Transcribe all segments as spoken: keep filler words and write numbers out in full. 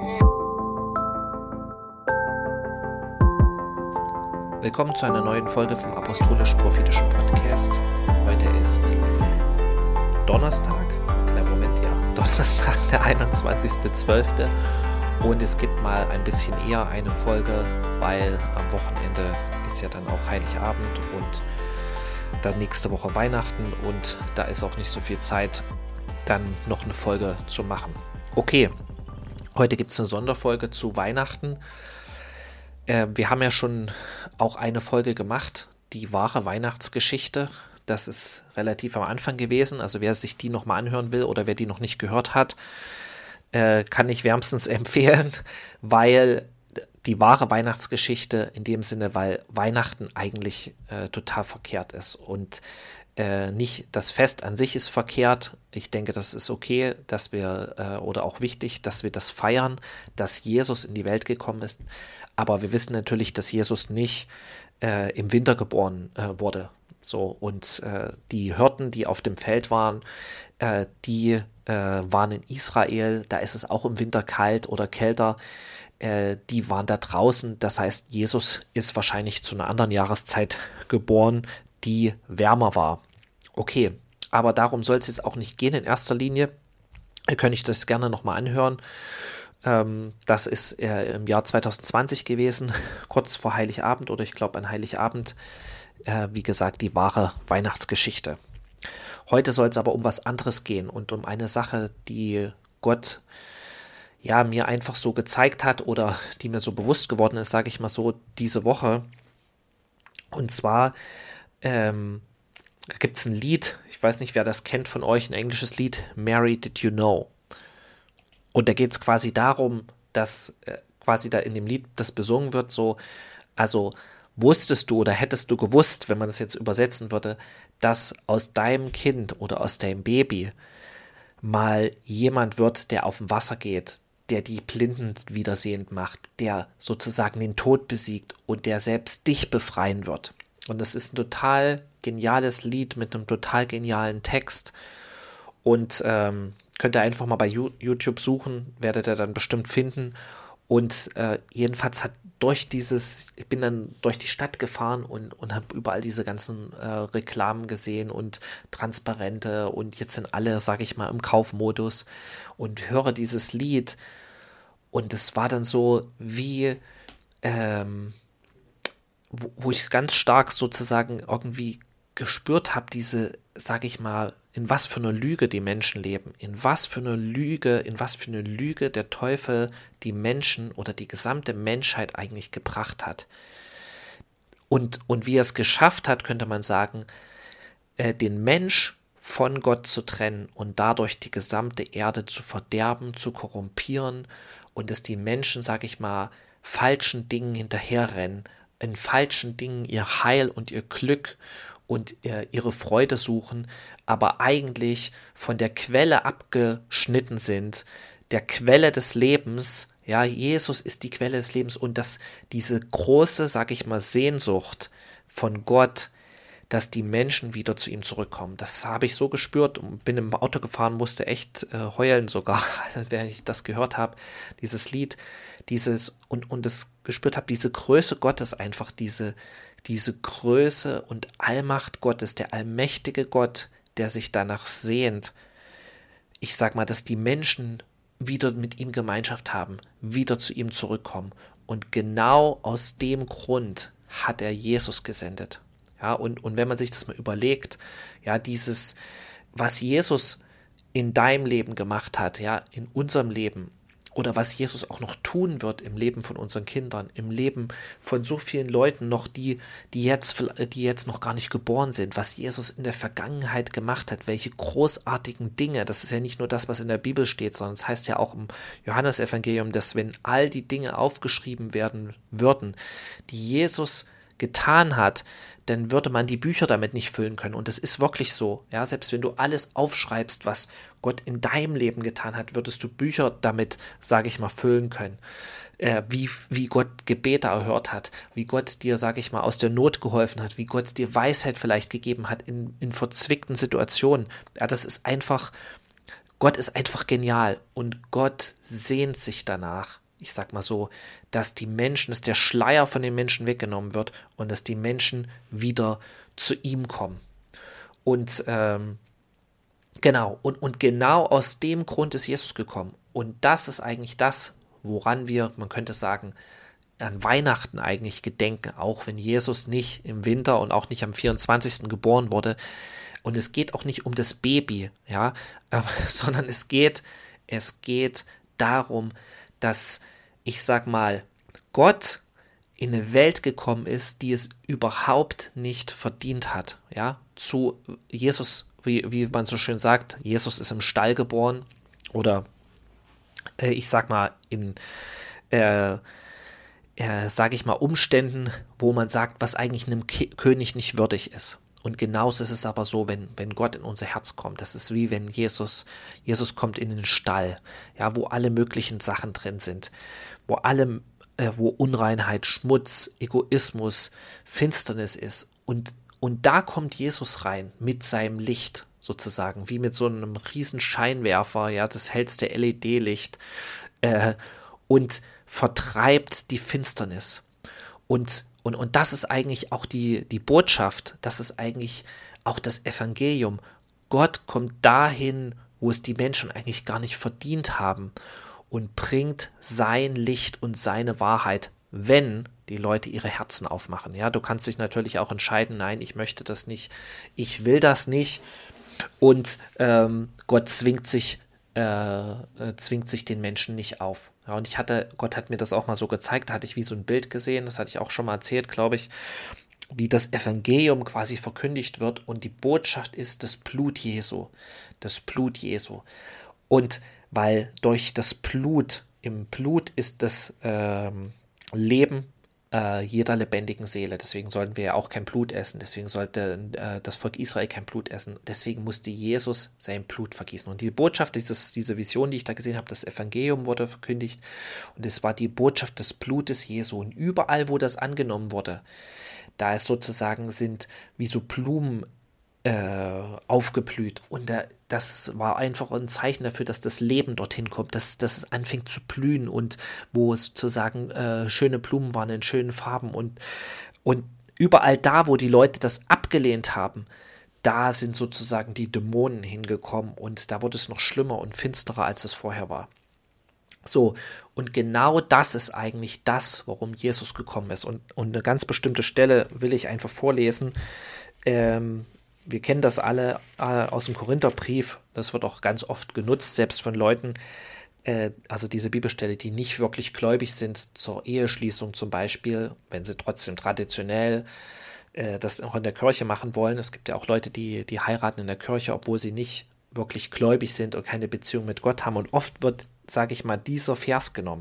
Willkommen zu einer neuen Folge vom Apostolisch-Prophetischen Podcast. Heute ist Donnerstag, kleinen Moment, ja, Donnerstag, der einundzwanzigster zwölfter und es gibt mal ein bisschen eher eine Folge, weil am Wochenende ist ja dann auch Heiligabend und dann nächste Woche Weihnachten und da ist auch nicht so viel Zeit, dann noch eine Folge zu machen. Okay, heute gibt es eine Sonderfolge zu Weihnachten. Äh, wir haben ja schon auch eine Folge gemacht, die wahre Weihnachtsgeschichte. Das ist relativ am Anfang gewesen. Also wer sich die nochmal anhören will oder wer die noch nicht gehört hat, äh, kann ich wärmstens empfehlen, weil die wahre Weihnachtsgeschichte in dem Sinne, weil Weihnachten eigentlich äh, total verkehrt ist und äh, nicht das Fest an sich ist verkehrt. Ich denke, das ist okay, dass wir äh, oder auch wichtig, dass wir das feiern, dass Jesus in die Welt gekommen ist. Aber wir wissen natürlich, dass Jesus nicht äh, im Winter geboren äh, wurde. So, und äh, die Hirten, die auf dem Feld waren, äh, die äh, waren in Israel. Da ist es auch im Winter kalt oder kälter. Äh, die waren da draußen. Das heißt, Jesus ist wahrscheinlich zu einer anderen Jahreszeit geboren, die wärmer war. Okay, aber darum soll es jetzt auch nicht gehen in erster Linie. Ihr könnt euch das gerne nochmal anhören. Das ist äh, im Jahr zwanzig zwanzig gewesen, kurz vor Heiligabend oder ich glaube an Heiligabend. Äh, wie gesagt, die wahre Weihnachtsgeschichte. Heute soll es aber um was anderes gehen und um eine Sache, die Gott ja mir einfach so gezeigt hat oder die mir so bewusst geworden ist, sage ich mal so, diese Woche. Und zwar ähm, gibt es ein Lied, ich weiß nicht, wer das kennt von euch, ein englisches Lied, Mary, Did You Know? Und da geht es quasi darum, dass äh, quasi da in dem Lied das besungen wird, so, also wusstest du oder hättest du gewusst, wenn man das jetzt übersetzen würde, dass aus deinem Kind oder aus deinem Baby mal jemand wird, der auf dem Wasser geht, der die Blinden wiedersehend macht, der sozusagen den Tod besiegt und der selbst dich befreien wird. Und das ist ein total geniales Lied mit einem total genialen Text und ähm, könnt ihr einfach mal bei YouTube suchen, werdet ihr dann bestimmt finden. Und äh, jedenfalls hat durch dieses, ich bin dann durch die Stadt gefahren und, und habe überall diese ganzen äh, Reklamen gesehen und Transparente und jetzt sind alle, sage ich mal, im Kaufmodus und höre dieses Lied und es war dann so wie, ähm, wo, wo ich ganz stark sozusagen irgendwie gespürt habe, diese, sage ich mal, in was für einer Lüge die Menschen leben, in was für eine Lüge, in was für eine Lüge der Teufel die Menschen oder die gesamte Menschheit eigentlich gebracht hat. Und, und wie er es geschafft hat, könnte man sagen, äh, den Mensch von Gott zu trennen und dadurch die gesamte Erde zu verderben, zu korrumpieren und dass die Menschen, sage ich mal, falschen Dingen hinterherrennen, in falschen Dingen ihr Heil und ihr Glück und äh, ihre Freude suchen, aber eigentlich von der Quelle abgeschnitten sind, der Quelle des Lebens. Ja, Jesus ist die Quelle des Lebens und dass diese große, sag ich mal, Sehnsucht von Gott, dass die Menschen wieder zu ihm zurückkommen. Das habe ich so gespürt und bin im Auto gefahren, musste echt äh, heulen sogar, wenn ich das gehört habe, dieses Lied, dieses und, und das gespürt habe, diese Größe Gottes einfach, diese diese Größe und Allmacht Gottes, der allmächtige Gott, der sich danach sehnt, ich sag mal, dass die Menschen wieder mit ihm Gemeinschaft haben, wieder zu ihm zurückkommen. Und genau aus dem Grund hat er Jesus gesendet. Ja, und, und wenn man sich das mal überlegt, ja, dieses, was Jesus in deinem Leben gemacht hat, ja, in unserem Leben, oder was Jesus auch noch tun wird im Leben von unseren Kindern, im Leben von so vielen Leuten noch, die, die, jetzt, die jetzt noch gar nicht geboren sind, was Jesus in der Vergangenheit gemacht hat, welche großartigen Dinge, das ist ja nicht nur das, was in der Bibel steht, sondern es heißt ja auch im Johannesevangelium, dass wenn all die Dinge aufgeschrieben werden würden, die Jesus getan hat, dann würde man die Bücher damit nicht füllen können. Und das ist wirklich so. Ja, selbst wenn du alles aufschreibst, was Gott in deinem Leben getan hat, würdest du Bücher damit, sage ich mal, füllen können. Äh, wie, wie Gott Gebete erhört hat, wie Gott dir, sage ich mal, aus der Not geholfen hat, wie Gott dir Weisheit vielleicht gegeben hat in, in verzwickten Situationen. Ja, das ist einfach Gott ist einfach genial und Gott sehnt sich danach, ich sag mal so, dass die Menschen, dass der Schleier von den Menschen weggenommen wird und dass die Menschen wieder zu ihm kommen. Und ähm, genau, und, und genau aus dem Grund ist Jesus gekommen. Und das ist eigentlich das, woran wir, man könnte sagen, an Weihnachten eigentlich gedenken, auch wenn Jesus nicht im Winter und auch nicht am vierundzwanzigsten geboren wurde. Und es geht auch nicht um das Baby, ja, äh, sondern es geht, es geht darum, dass, ich sag mal, Gott in eine Welt gekommen ist, die es überhaupt nicht verdient hat, ja, zu Jesus, wie, wie man so schön sagt, Jesus ist im Stall geboren oder äh, ich sag mal in äh, äh, sage ich mal, Umständen, wo man sagt, was eigentlich einem Ki- König nicht würdig ist. Und genauso ist es aber so, wenn, wenn Gott in unser Herz kommt. Das ist wie wenn Jesus, Jesus kommt in den Stall, ja, wo alle möglichen Sachen drin sind, wo alle, äh, wo Unreinheit, Schmutz, Egoismus, Finsternis ist. Und, und da kommt Jesus rein mit seinem Licht sozusagen, wie mit so einem riesen Scheinwerfer, ja, das hellste L E D-Licht, äh, und vertreibt die Finsternis. Und, und, und das ist eigentlich auch die, die Botschaft, das ist eigentlich auch das Evangelium. Gott kommt dahin, wo es die Menschen eigentlich gar nicht verdient haben und bringt sein Licht und seine Wahrheit, wenn die Leute ihre Herzen aufmachen. Ja, du kannst dich natürlich auch entscheiden, nein, ich möchte das nicht, ich will das nicht. Und ähm, Gott zwingt sich Äh, äh, zwingt sich den Menschen nicht auf. Ja, und ich hatte, Gott hat mir das auch mal so gezeigt, da hatte ich wie so ein Bild gesehen, das hatte ich auch schon mal erzählt, glaube ich, wie das Evangelium quasi verkündigt wird und die Botschaft ist das Blut Jesu, das Blut Jesu. Und weil durch das Blut, im Blut ist das ähm, Leben äh, jeder lebendigen Seele. Deswegen sollten wir ja auch kein Blut essen. Deswegen sollte äh, das Volk Israel kein Blut essen. Deswegen musste Jesus sein Blut vergießen. Und die Botschaft, dieses, diese Vision, die ich da gesehen habe, das Evangelium wurde verkündigt. Und es war die Botschaft des Blutes Jesu. Und überall, wo das angenommen wurde, da es sozusagen sind wie so Blumen äh, aufgeblüht. Und da, das war einfach ein Zeichen dafür, dass das Leben dorthin kommt, dass, dass es anfängt zu blühen und wo es sozusagen äh, schöne Blumen waren in schönen Farben. Und, und überall da, wo die Leute das abgelehnt haben, da sind sozusagen die Dämonen hingekommen und da wurde es noch schlimmer und finsterer, als es vorher war. So, und genau das ist eigentlich das, warum Jesus gekommen ist. Und, und eine ganz bestimmte Stelle will ich einfach vorlesen. Ähm, wir kennen das alle äh, aus dem Korintherbrief. Das wird auch ganz oft genutzt, selbst von Leuten, äh, also diese Bibelstelle, die nicht wirklich gläubig sind, zur Eheschließung zum Beispiel, wenn sie trotzdem traditionell äh, das auch in der Kirche machen wollen. Es gibt ja auch Leute, die, die heiraten in der Kirche, obwohl sie nicht wirklich gläubig sind und keine Beziehung mit Gott haben. Und oft wird, sage ich mal, dieser Vers genommen.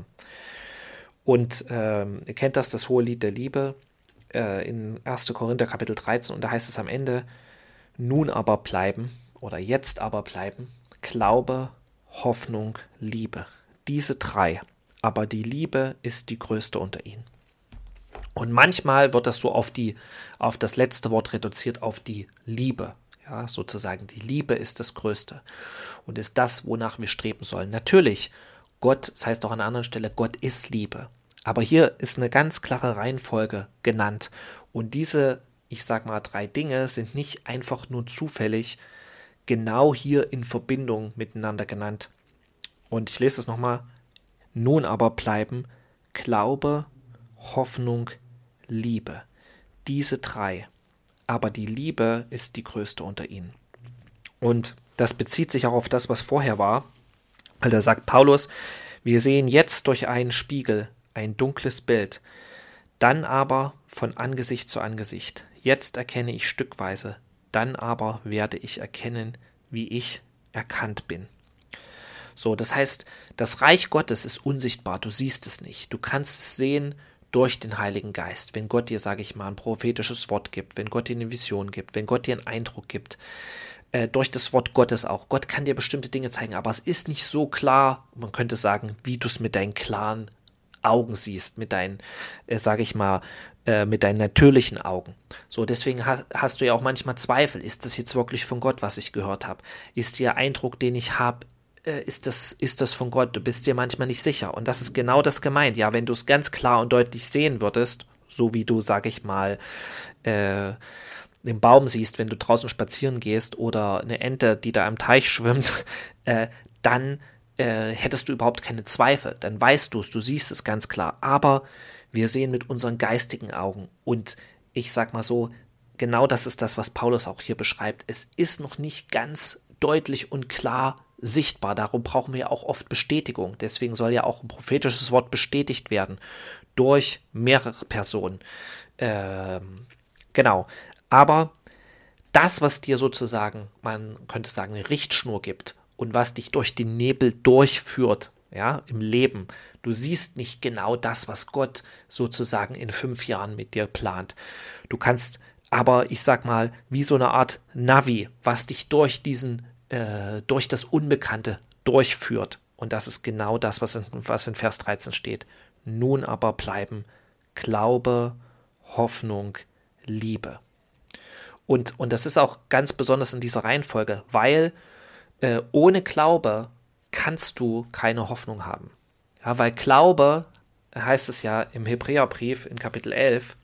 Und ähm, ihr kennt das, das Hohe Lied der Liebe äh, in erster Korinther Kapitel dreizehn. Und da heißt es am Ende, nun aber bleiben oder jetzt aber bleiben Glaube, Hoffnung, Liebe. Diese drei. Aber die Liebe ist die größte unter ihnen. Und manchmal wird das so auf, die, auf das letzte Wort reduziert, auf die Liebe. Ja, sozusagen, die Liebe ist das Größte und ist das, wonach wir streben sollen. Natürlich, Gott, das heißt auch an einer anderen Stelle, Gott ist Liebe. Aber hier ist eine ganz klare Reihenfolge genannt. Und diese, ich sag mal, drei Dinge sind nicht einfach nur zufällig genau hier in Verbindung miteinander genannt. Und ich lese es nochmal. Nun aber bleiben Glaube, Hoffnung, Liebe. Diese drei. Aber die Liebe ist die größte unter ihnen. Und das bezieht sich auch auf das, was vorher war. Weil da sagt Paulus, wir sehen jetzt durch einen Spiegel ein dunkles Bild, dann aber von Angesicht zu Angesicht. Jetzt erkenne ich stückweise, dann aber werde ich erkennen, wie ich erkannt bin. So, das heißt, das Reich Gottes ist unsichtbar, du siehst es nicht. Du kannst es sehen durch den Heiligen Geist, wenn Gott dir, sage ich mal, ein prophetisches Wort gibt, wenn Gott dir eine Vision gibt, wenn Gott dir einen Eindruck gibt, äh, durch das Wort Gottes auch. Gott kann dir bestimmte Dinge zeigen, aber es ist nicht so klar, man könnte sagen, wie du es mit deinen klaren Augen siehst, mit deinen, äh, sage ich mal, äh, mit deinen natürlichen Augen. So, deswegen hast, hast du ja auch manchmal Zweifel, ist das jetzt wirklich von Gott, was ich gehört habe? Ist der Eindruck, den ich habe, äh, ist das, ist das von Gott? Du bist dir manchmal nicht sicher. Und das ist genau das gemeint. Ja, wenn du es ganz klar und deutlich sehen würdest, so wie du, sag ich mal, äh, den Baum siehst, wenn du draußen spazieren gehst oder eine Ente, die da am Teich schwimmt, äh, dann äh, hättest du überhaupt keine Zweifel. Dann weißt du es, du siehst es ganz klar. Aber wir sehen mit unseren geistigen Augen. Und ich sag mal so, genau das ist das, was Paulus auch hier beschreibt. Es ist noch nicht ganz deutlich und klar sichtbar. Darum brauchen wir auch oft Bestätigung. Deswegen soll ja auch ein prophetisches Wort bestätigt werden durch mehrere Personen. Ähm, genau. Aber das, was dir sozusagen, man könnte sagen, eine Richtschnur gibt und was dich durch den Nebel durchführt, ja, im Leben. Du siehst nicht genau das, was Gott sozusagen in fünf Jahren mit dir plant. Du kannst aber, ich sag mal, wie so eine Art Navi, was dich durch diesen, äh, durch das Unbekannte durchführt. Und das ist genau das, was in, was in Vers dreizehn steht. Nun aber bleiben Glaube, Hoffnung, Liebe. Und, und das ist auch ganz besonders in dieser Reihenfolge, weil äh, ohne Glaube kannst du keine Hoffnung haben. Ja, weil Glaube, heißt es ja im Hebräerbrief in Kapitel elf,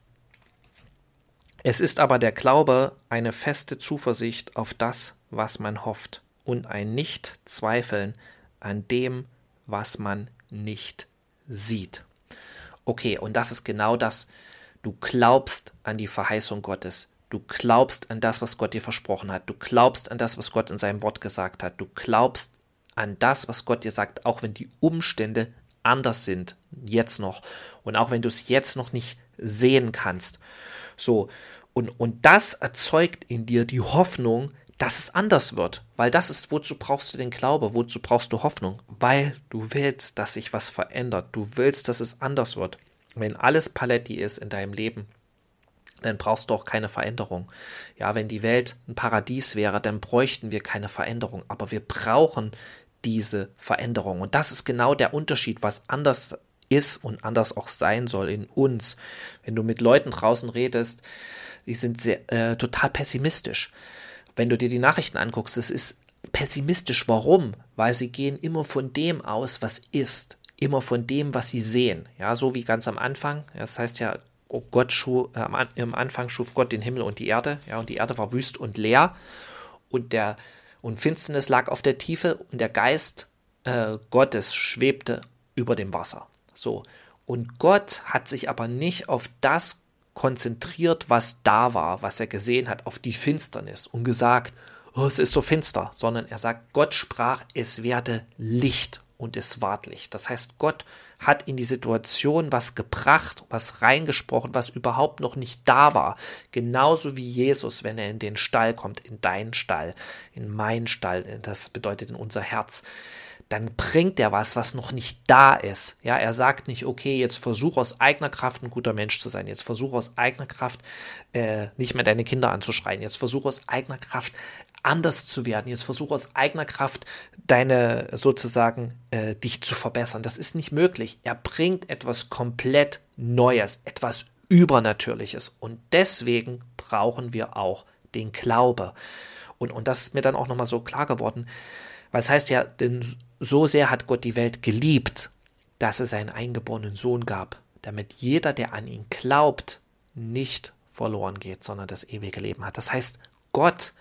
es ist aber der Glaube eine feste Zuversicht auf das, was man hofft, und ein Nicht-Zweifeln an dem, was man nicht sieht. Okay, und das ist genau das. Du glaubst an die Verheißung Gottes. Du glaubst an das, was Gott dir versprochen hat. Du glaubst an das, was Gott in seinem Wort gesagt hat. Du glaubst an das, was Gott dir sagt, auch wenn die Umstände anders sind, jetzt noch. Und auch wenn du es jetzt noch nicht sehen kannst. So, und, und das erzeugt in dir die Hoffnung, dass es anders wird. Weil das ist, wozu brauchst du den Glaube, wozu brauchst du Hoffnung? Weil du willst, dass sich was verändert. Du willst, dass es anders wird. Wenn alles Paletti ist in deinem Leben, dann brauchst du auch keine Veränderung. Ja, wenn die Welt ein Paradies wäre, dann bräuchten wir keine Veränderung. Aber wir brauchen diese Veränderung. Und das ist genau der Unterschied, was anders ist und anders auch sein soll in uns. Wenn du mit Leuten draußen redest, die sind sehr, äh, total pessimistisch. Wenn du dir die Nachrichten anguckst, es ist pessimistisch. Warum? Weil sie gehen immer von dem aus, was ist. Immer von dem, was sie sehen. Ja, so wie ganz am Anfang. Das heißt ja, oh Gott schuf, äh, am Anfang schuf Gott den Himmel und die Erde. Ja, und die Erde war wüst und leer. Und der und Finsternis lag auf der Tiefe und der Geist äh, Gottes schwebte über dem Wasser. So. Und Gott hat sich aber nicht auf das konzentriert, was da war, was er gesehen hat, auf die Finsternis und gesagt, oh, es ist so finster, sondern er sagt, Gott sprach, es werde Licht und es ward Licht. Das heißt, Gott hat in die Situation was gebracht, was reingesprochen, was überhaupt noch nicht da war. Genauso wie Jesus, wenn er in den Stall kommt, in deinen Stall, in meinen Stall, das bedeutet in unser Herz, dann bringt er was, was noch nicht da ist. Ja, er sagt nicht, okay, jetzt versuch aus eigener Kraft ein guter Mensch zu sein. Jetzt versuch aus eigener Kraft äh, nicht mehr deine Kinder anzuschreien. Jetzt versuch aus eigener Kraft anders zu werden. Jetzt versuch aus eigener Kraft deine sozusagen äh, dich zu verbessern. Das ist nicht möglich. Er bringt etwas komplett Neues, etwas Übernatürliches. Und deswegen brauchen wir auch den Glaube. Und, und das ist mir dann auch nochmal so klar geworden. Weil es heißt ja, denn so sehr hat Gott die Welt geliebt, dass es seinen eingeborenen Sohn gab, damit jeder, der an ihn glaubt, nicht verloren geht, sondern das ewige Leben hat. Das heißt, Gott,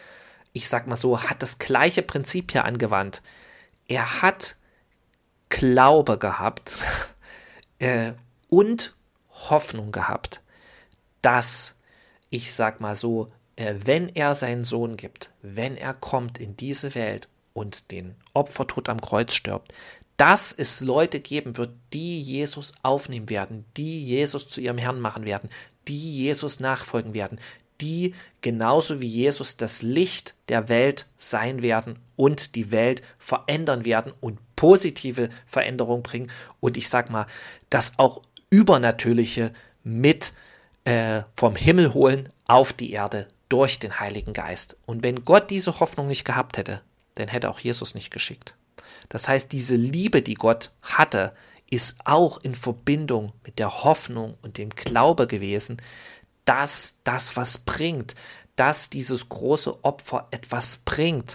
ich sag mal so, hat das gleiche Prinzip hier angewandt. Er hat Glaube gehabt äh, und Hoffnung gehabt, dass, ich sag mal so, äh, wenn er seinen Sohn gibt, wenn er kommt in diese Welt und den Opfertod am Kreuz stirbt, dass es Leute geben wird, die Jesus aufnehmen werden, die Jesus zu ihrem Herrn machen werden, die Jesus nachfolgen werden, die genauso wie Jesus das Licht der Welt sein werden und die Welt verändern werden und positive Veränderungen bringen und ich sag mal, das auch Übernatürliche mit äh, vom Himmel holen auf die Erde durch den Heiligen Geist. Und wenn Gott diese Hoffnung nicht gehabt hätte, dann hätte auch Jesus nicht geschickt. Das heißt, diese Liebe, die Gott hatte, ist auch in Verbindung mit der Hoffnung und dem Glaube gewesen, dass das was bringt, dass dieses große Opfer etwas bringt.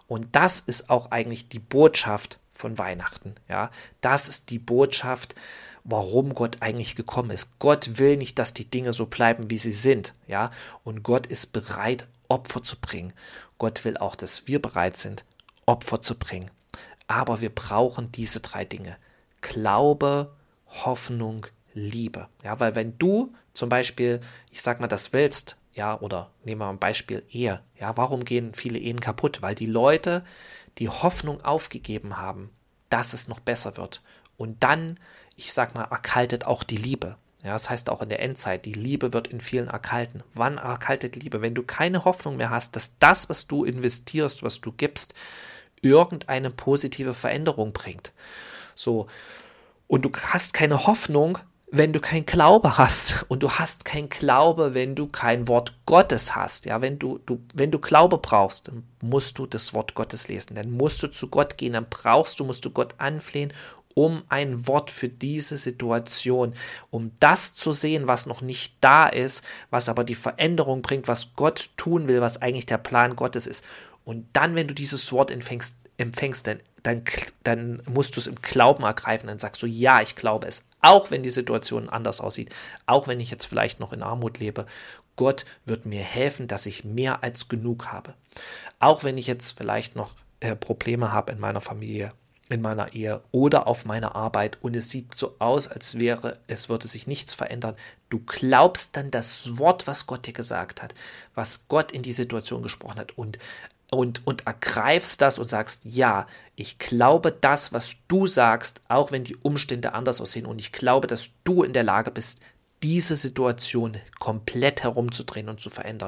Und das ist auch eigentlich die Botschaft von Weihnachten. Ja, das ist die Botschaft, warum Gott eigentlich gekommen ist. Gott will nicht, dass die Dinge so bleiben, wie sie sind. Ja, und Gott ist bereit, Opfer zu bringen. Gott will auch, dass wir bereit sind, Opfer zu bringen. Aber wir brauchen diese drei Dinge. Glaube, Hoffnung, Liebe. Ja, weil wenn du zum Beispiel, ich sag mal, das willst, ja, oder nehmen wir mal ein Beispiel Ehe. Ja, warum gehen viele Ehen kaputt? Weil die Leute die Hoffnung aufgegeben haben, dass es noch besser wird. Und dann, ich sag mal, erkaltet auch die Liebe. Ja, das heißt auch in der Endzeit, die Liebe wird in vielen erkalten. Wann erkaltet Liebe? Wenn du keine Hoffnung mehr hast, dass das, was du investierst, was du gibst, irgendeine positive Veränderung bringt. So, und du hast keine Hoffnung, wenn du kein Glaube hast. Und du hast kein Glaube, wenn du kein Wort Gottes hast. Ja, wenn du, du, wenn du Glaube brauchst, dann musst du das Wort Gottes lesen. Dann musst du zu Gott gehen, dann brauchst du, musst du Gott anflehen, um ein Wort für diese Situation, um das zu sehen, was noch nicht da ist, was aber die Veränderung bringt, was Gott tun will, was eigentlich der Plan Gottes ist. Und dann, wenn du dieses Wort empfängst, empfängst dann, dann, dann musst du es im Glauben ergreifen. Dann sagst du, ja, ich glaube es, auch wenn die Situation anders aussieht, auch wenn ich jetzt vielleicht noch in Armut lebe. Gott wird mir helfen, dass ich mehr als genug habe. Auch wenn ich jetzt vielleicht noch äh, Probleme habe in meiner Familie, in meiner Ehe oder auf meiner Arbeit und es sieht so aus, als wäre, es würde sich nichts verändern. Du glaubst dann das Wort, was Gott dir gesagt hat, was Gott in die Situation gesprochen hat und, und, und ergreifst das und sagst, ja, ich glaube das, was du sagst, auch wenn die Umstände anders aussehen und ich glaube, dass du in der Lage bist, diese Situation komplett herumzudrehen und zu verändern.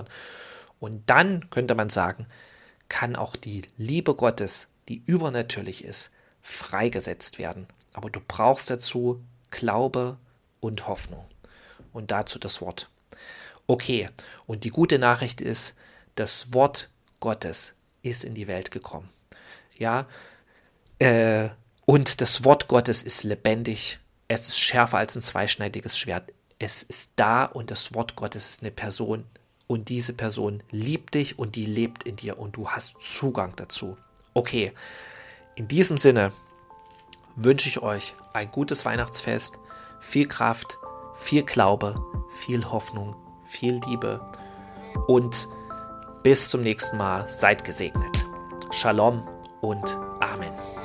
Und dann könnte man sagen, kann auch die Liebe Gottes, die übernatürlich ist, freigesetzt werden. Aber du brauchst dazu Glaube und Hoffnung. Und dazu das Wort. Okay, und die gute Nachricht ist, das Wort Gottes ist in die Welt gekommen. Ja, äh, und das Wort Gottes ist lebendig. Es ist schärfer als ein zweischneidiges Schwert. Es ist da und das Wort Gottes ist eine Person. Und diese Person liebt dich und die lebt in dir und du hast Zugang dazu. Okay, in diesem Sinne wünsche ich euch ein gutes Weihnachtsfest, viel Kraft, viel Glaube, viel Hoffnung, viel Liebe und bis zum nächsten Mal. Seid gesegnet. Shalom und Amen.